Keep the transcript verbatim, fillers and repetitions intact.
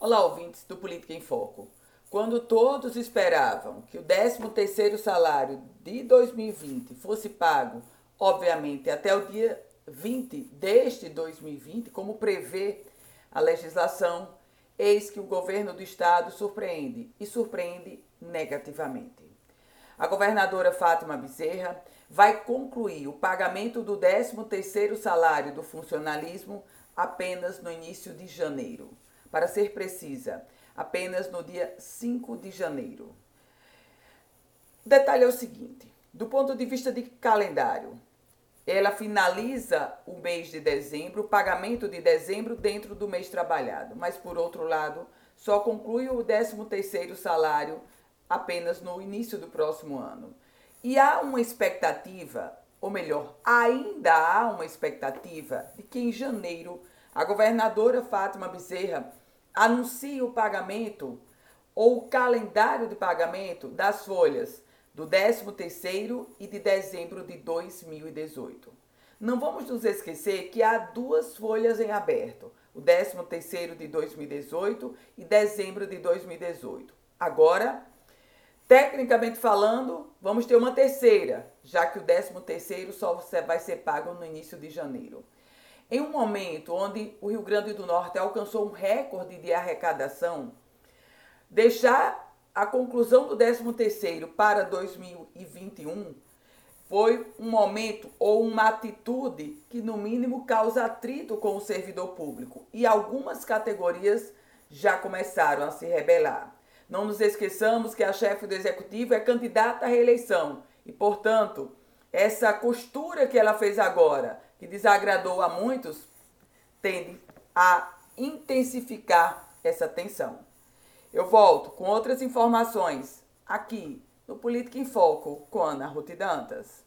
Olá, ouvintes do Política em Foco. Quando todos esperavam que o décimo terceiro salário de dois mil e vinte fosse pago, obviamente, até o dia vinte deste dois mil e vinte, como prevê a legislação, eis que o governo do estado surpreende, e surpreende negativamente. A governadora Fátima Bezerra vai concluir o pagamento do décimo terceiro salário do funcionalismo apenas no início de janeiro. Para ser precisa, apenas no dia cinco de janeiro. O detalhe é o seguinte: do ponto de vista de calendário, ela finaliza o mês de dezembro, o pagamento de dezembro dentro do mês trabalhado, mas por outro lado, só conclui o décimo terceiro salário apenas no início do próximo ano. E há uma expectativa, ou melhor, ainda há uma expectativa de que em janeiro a governadora Fátima Bezerra anuncie o pagamento ou o calendário de pagamento das folhas do décimo terceiro e de dezembro de dois mil e dezoito. Não vamos nos esquecer que há duas folhas em aberto, o décimo terceiro de dois mil e dezoito e dezembro de dois mil e dezoito. Agora, tecnicamente falando, vamos ter uma terceira, já que o décimo terceiro só vai ser pago no início de janeiro. Em um momento onde o Rio Grande do Norte alcançou um recorde de arrecadação, deixar a conclusão do décimo terceiro para dois mil e vinte e um foi um momento ou uma atitude que, no mínimo, causa atrito com o servidor público. E algumas categorias já começaram a se rebelar. Não nos esqueçamos que a chefe do executivo é candidata à reeleição e, portanto, essa costura que ela fez agora, que desagradou a muitos, tende a intensificar essa tensão. Eu volto com outras informações aqui no Política em Foco com Ana Ruth Dantas.